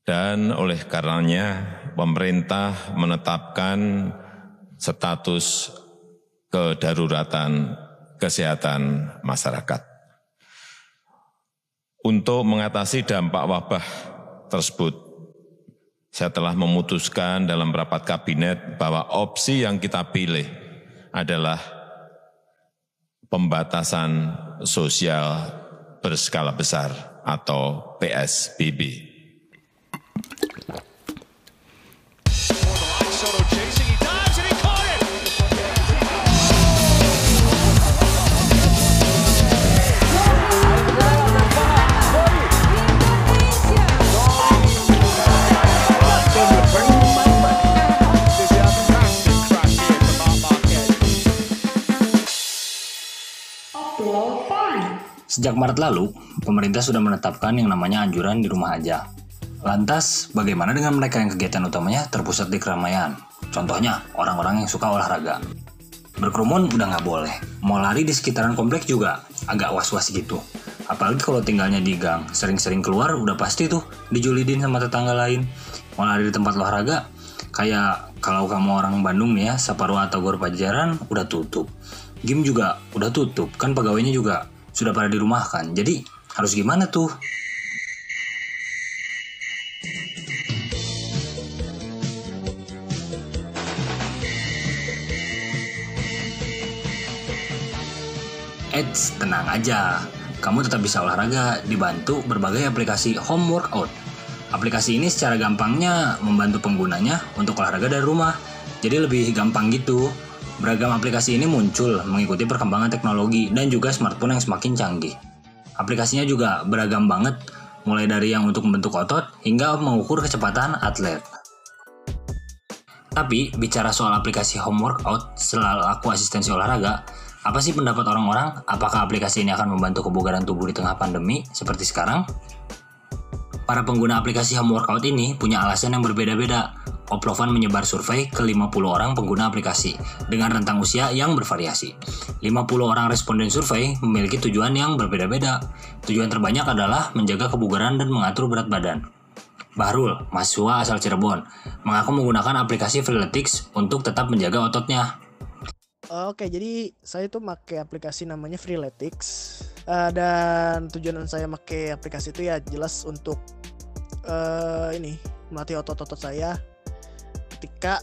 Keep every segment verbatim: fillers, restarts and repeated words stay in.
Dan oleh karenanya pemerintah menetapkan status kedaruratan kesehatan masyarakat. Untuk mengatasi dampak wabah tersebut, saya telah memutuskan dalam rapat kabinet bahwa opsi yang kita pilih adalah pembatasan sosial berskala besar atau P S B B. Sejak Maret lalu, pemerintah sudah menetapkan yang namanya anjuran di rumah aja. Lantas, bagaimana dengan mereka yang kegiatan utamanya terpusat di keramaian? Contohnya, orang-orang yang suka olahraga. Berkerumun udah nggak boleh. Mau lari di sekitaran komplek juga agak was-was gitu. Apalagi kalau tinggalnya di gang, sering-sering keluar udah pasti tuh dijulidin sama tetangga lain. Mau lari di tempat olahraga, kayak kalau kamu orang Bandung nih ya, Saparua atau Gor Pajajaran udah tutup. Gym juga udah tutup, kan pegawainya juga sudah pada dirumahkan. Jadi harus gimana tuh? Eits, tenang aja. Kamu tetap bisa olahraga dibantu berbagai aplikasi home workout. Aplikasi ini secara gampangnya membantu penggunanya untuk olahraga dari rumah. Jadi lebih gampang gitu. Beragam aplikasi ini muncul mengikuti perkembangan teknologi dan juga smartphone yang semakin canggih. Aplikasinya juga beragam banget, mulai dari yang untuk membentuk otot hingga mengukur kecepatan atlet. Tapi, bicara soal aplikasi home workout selaku asistensi olahraga, apa sih pendapat orang-orang? Apakah aplikasi ini akan membantu kebugaran tubuh di tengah pandemi seperti sekarang? Para pengguna aplikasi home workout ini punya alasan yang berbeda-beda. Oplovan menyebar survei ke lima puluh orang pengguna aplikasi dengan rentang usia yang bervariasi. lima puluh orang responden survei memiliki tujuan yang berbeda-beda. Tujuan terbanyak adalah menjaga kebugaran dan mengatur berat badan. Bahrul, mahasiswa asal Cirebon, mengaku menggunakan aplikasi Freeletics untuk tetap menjaga ototnya. Oke, jadi saya tuh pakai aplikasi namanya Freeletics. Uh, dan tujuan saya pakai aplikasi itu ya jelas untuk uh, ini melatih otot-otot saya. Ketika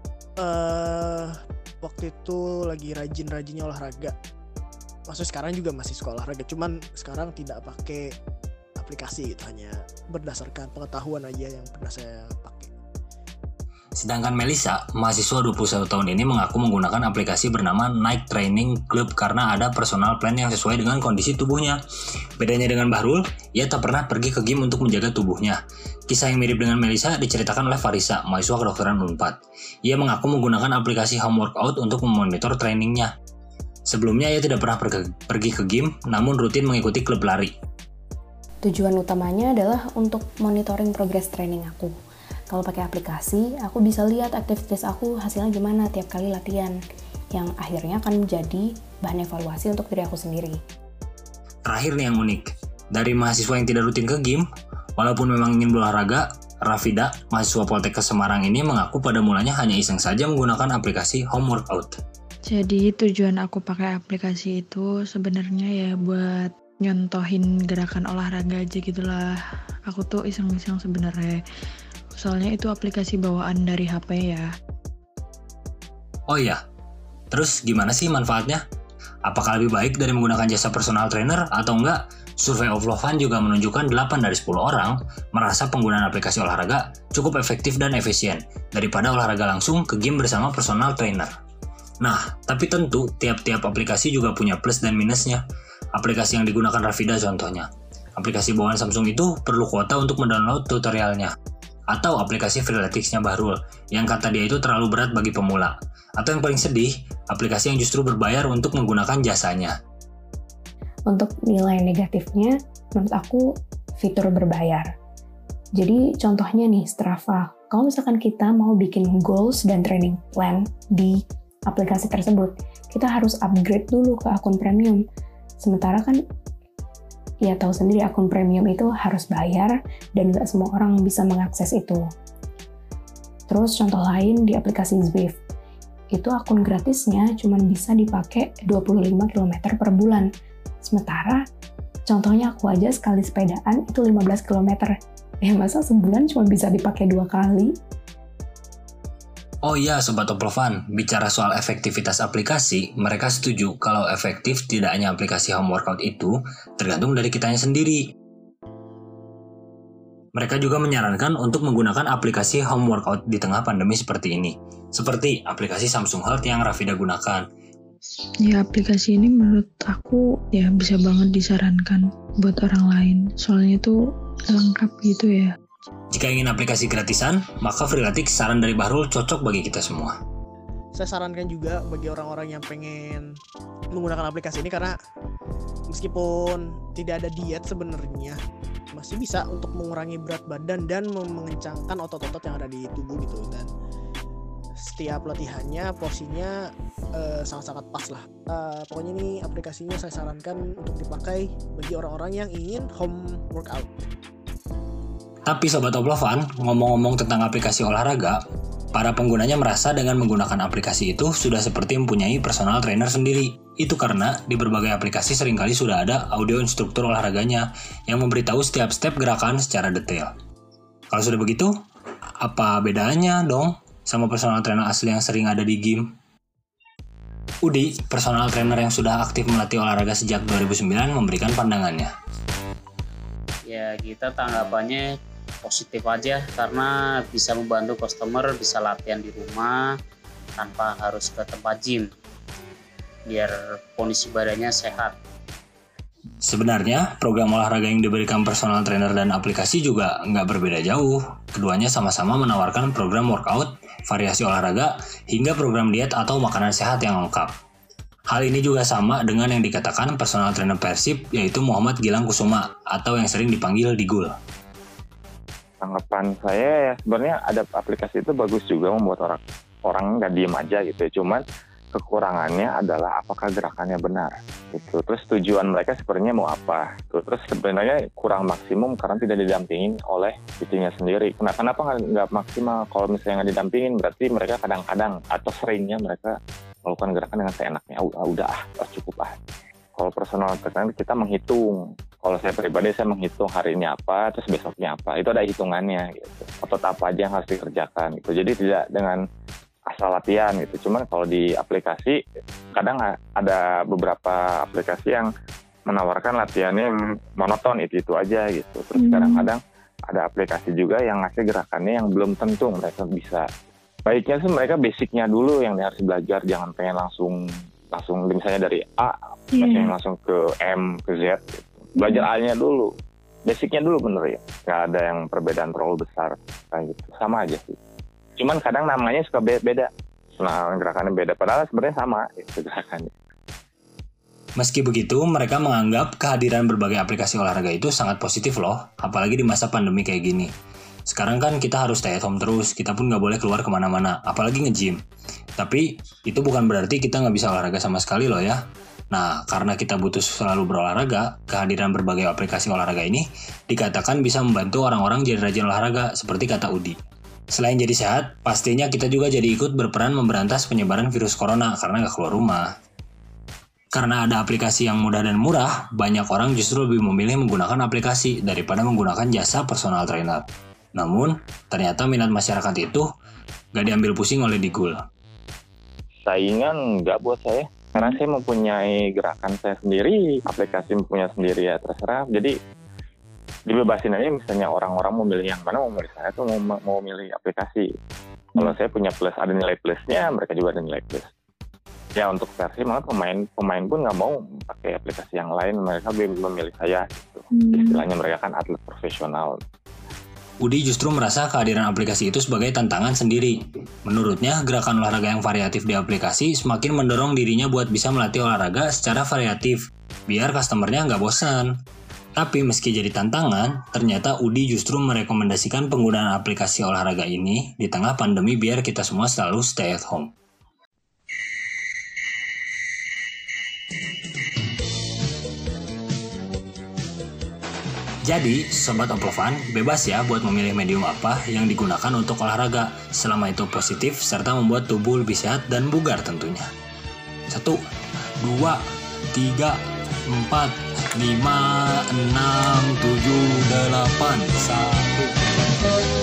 uh, waktu itu lagi rajin-rajinnya olahraga. Maksudnya sekarang juga masih suka olahraga, cuman sekarang tidak pakai aplikasi, itu hanya berdasarkan pengetahuan aja yang pernah saya pakai. Sedangkan Melisa, mahasiswa dua puluh satu tahun ini mengaku menggunakan aplikasi bernama Nike Training Club karena ada personal plan yang sesuai dengan kondisi tubuhnya. Bedanya dengan Bahrul, ia tak pernah pergi ke gym untuk menjaga tubuhnya. Kisah yang mirip dengan Melisa diceritakan oleh Farisa, mahasiswa kedokteran Unpad. Ia mengaku menggunakan aplikasi home workout untuk memonitor trainingnya. Sebelumnya ia tidak pernah pergi, pergi ke gym, namun rutin mengikuti klub lari. Tujuan utamanya adalah untuk monitoring progres training aku. Kalau pakai aplikasi, aku bisa lihat aktivitas aku hasilnya gimana tiap kali latihan, yang akhirnya akan menjadi bahan evaluasi untuk diri aku sendiri. Terakhir nih yang unik, dari mahasiswa yang tidak rutin ke gym, walaupun memang ingin berolahraga, Rafida, mahasiswa Poltekkes Semarang ini mengaku pada mulanya hanya iseng saja menggunakan aplikasi home workout. Jadi tujuan aku pakai aplikasi itu sebenarnya ya buat nyontohin gerakan olahraga aja gitulah. Aku tuh iseng-iseng sebenarnya. Soalnya itu aplikasi bawaan dari H P ya. Oh iya, terus gimana sih manfaatnya? Apakah lebih baik dari menggunakan jasa personal trainer atau enggak? Survei Oplovan juga menunjukkan delapan dari sepuluh orang merasa penggunaan aplikasi olahraga cukup efektif dan efisien daripada olahraga langsung ke gym bersama personal trainer. Nah, tapi tentu tiap-tiap aplikasi juga punya plus dan minusnya. Aplikasi yang digunakan Rafida contohnya. Aplikasi bawaan Samsung itu perlu kuota untuk mendownload tutorialnya. Atau aplikasi Freeletics-nya Bahrul, yang kata dia itu terlalu berat bagi pemula. Atau yang paling sedih, aplikasi yang justru berbayar untuk menggunakan jasanya. Untuk nilai negatifnya, menurut aku fitur berbayar. Jadi contohnya nih, Strava. Kalau misalkan kita mau bikin goals dan training plan di aplikasi tersebut, kita harus upgrade dulu ke akun premium. Sementara kan ya tahu sendiri akun premium itu harus bayar dan nggak semua orang bisa mengakses itu. Terus contoh lain di aplikasi Zwift, itu akun gratisnya cuma bisa dipakai dua puluh lima kilometer per bulan. Sementara contohnya aku aja sekali sepedaan itu lima belas kilometer. Ya masa sebulan cuma bisa dipakai dua kali? Oh iya Sobat Oplovan, bicara soal efektivitas aplikasi, mereka setuju kalau efektif tidak hanya aplikasi home workout itu, tergantung dari kitanya sendiri. Mereka juga menyarankan untuk menggunakan aplikasi home workout di tengah pandemi seperti ini, seperti aplikasi Samsung Health yang Rafida gunakan. Ya aplikasi ini menurut aku ya bisa banget disarankan buat orang lain, soalnya itu lengkap gitu ya. Jika ingin aplikasi gratisan, maka Freeletics saran dari Bahrul cocok bagi kita semua. Saya sarankan juga bagi orang-orang yang pengen menggunakan aplikasi ini karena meskipun tidak ada diet sebenarnya masih bisa untuk mengurangi berat badan dan mengencangkan otot-otot yang ada di tubuh gitu, dan setiap latihannya porsinya uh, sangat-sangat pas lah. Uh, pokoknya ini aplikasinya saya sarankan untuk dipakai bagi orang-orang yang ingin home workout. Tapi Sobat Oplovan, ngomong-ngomong tentang aplikasi olahraga, para penggunanya merasa dengan menggunakan aplikasi itu sudah seperti mempunyai personal trainer sendiri. Itu karena di berbagai aplikasi seringkali sudah ada audio instruktur olahraganya yang memberitahu setiap step gerakan secara detail. Kalau sudah begitu, apa bedanya dong sama personal trainer asli yang sering ada di gym? Udi, personal trainer yang sudah aktif melatih olahraga sejak dua ribu sembilan, memberikan pandangannya. Ya kita tanggapannya positif aja karena bisa membantu customer bisa latihan di rumah tanpa harus ke tempat gym biar kondisi badannya sehat. Sebenarnya program olahraga yang diberikan personal trainer dan aplikasi juga nggak berbeda jauh. Keduanya sama-sama menawarkan program workout, variasi olahraga, hingga program diet atau makanan sehat yang lengkap. Hal ini juga sama dengan yang dikatakan personal trainer Persib, yaitu Muhammad Gilang Kusuma atau yang sering dipanggil Digul. Tanggapan saya ya sebenarnya ada aplikasi itu bagus juga membuat orang orang nggak diem aja gitu. Cuman kekurangannya adalah apakah gerakannya benar gitu. Terus tujuan mereka sebenarnya mau apa? Terus sebenarnya kurang maksimum karena tidak didampingin oleh dirinya sendiri. Nah, kenapa nggak maksimal? Kalau misalnya nggak didampingin berarti mereka kadang-kadang atau seringnya mereka melakukan gerakan dengan seenaknya. Ah, udah ah, cukup ah. Kalau personal trainer kita menghitung. Kalau saya pribadi saya menghitung hari ini apa, terus besoknya apa. Itu ada hitungannya gitu. Otot apa aja yang harus dikerjakan gitu. Jadi tidak dengan asal latihan gitu. Cuman kalau di aplikasi kadang ada beberapa aplikasi yang menawarkan latihannya monoton itu-itu aja gitu. Terus hmm. kadang-kadang ada aplikasi juga yang ngasih gerakannya yang belum tentu mereka bisa. Baiknya sih mereka basicnya dulu yang harus belajar, jangan pengen langsung langsung misalnya dari A yeah. langsung ke M ke Z gitu. Belajar A-nya dulu, basicnya dulu bener ya. Nggak ada yang perbedaan terlalu besar kayak gitu, sama aja sih. Cuman kadang namanya suka beda, nah gerakannya beda, padahal sebenarnya sama itu gerakannya. Meski begitu, mereka menganggap kehadiran berbagai aplikasi olahraga itu sangat positif loh, apalagi di masa pandemi kayak gini. Sekarang kan kita harus stay at home terus, kita pun nggak boleh keluar kemana-mana, apalagi nge-gym. Tapi itu bukan berarti kita nggak bisa olahraga sama sekali loh ya. Nah, karena kita butuh selalu berolahraga, kehadiran berbagai aplikasi olahraga ini dikatakan bisa membantu orang-orang jadi rajin olahraga, seperti kata Udi. Selain jadi sehat, pastinya kita juga jadi ikut berperan memberantas penyebaran virus corona karena nggak keluar rumah. Karena ada aplikasi yang mudah dan murah, banyak orang justru lebih memilih menggunakan aplikasi daripada menggunakan jasa personal trainer. Namun, ternyata minat masyarakat itu nggak diambil pusing oleh Digul. Saingan nggak buat saya. Karena saya mempunyai gerakan saya sendiri, aplikasi mempunyai sendiri ya terserah. Jadi dibebasin aja misalnya orang-orang mau milih yang mana, mau milih saya tuh mau, mau milih aplikasi. Kalau saya punya plus, ada nilai plusnya, mereka juga ada nilai plus. Ya untuk versi malah pemain pemain pun nggak mau pakai aplikasi yang lain, mereka memilih saya gitu. Istilahnya mereka kan atlet profesional. Udi justru merasa kehadiran aplikasi itu sebagai tantangan sendiri. Menurutnya, gerakan olahraga yang variatif di aplikasi semakin mendorong dirinya buat bisa melatih olahraga secara variatif, biar customernya nggak bosan. Tapi meski jadi tantangan, ternyata Udi justru merekomendasikan penggunaan aplikasi olahraga ini di tengah pandemi biar kita semua selalu stay at home. Jadi, Sobat Oplovan, bebas ya buat memilih medium apa yang digunakan untuk olahraga, selama itu positif serta membuat tubuh lebih sehat dan bugar tentunya. Satu, dua, tiga, empat, lima, enam, tujuh, delapan, satu.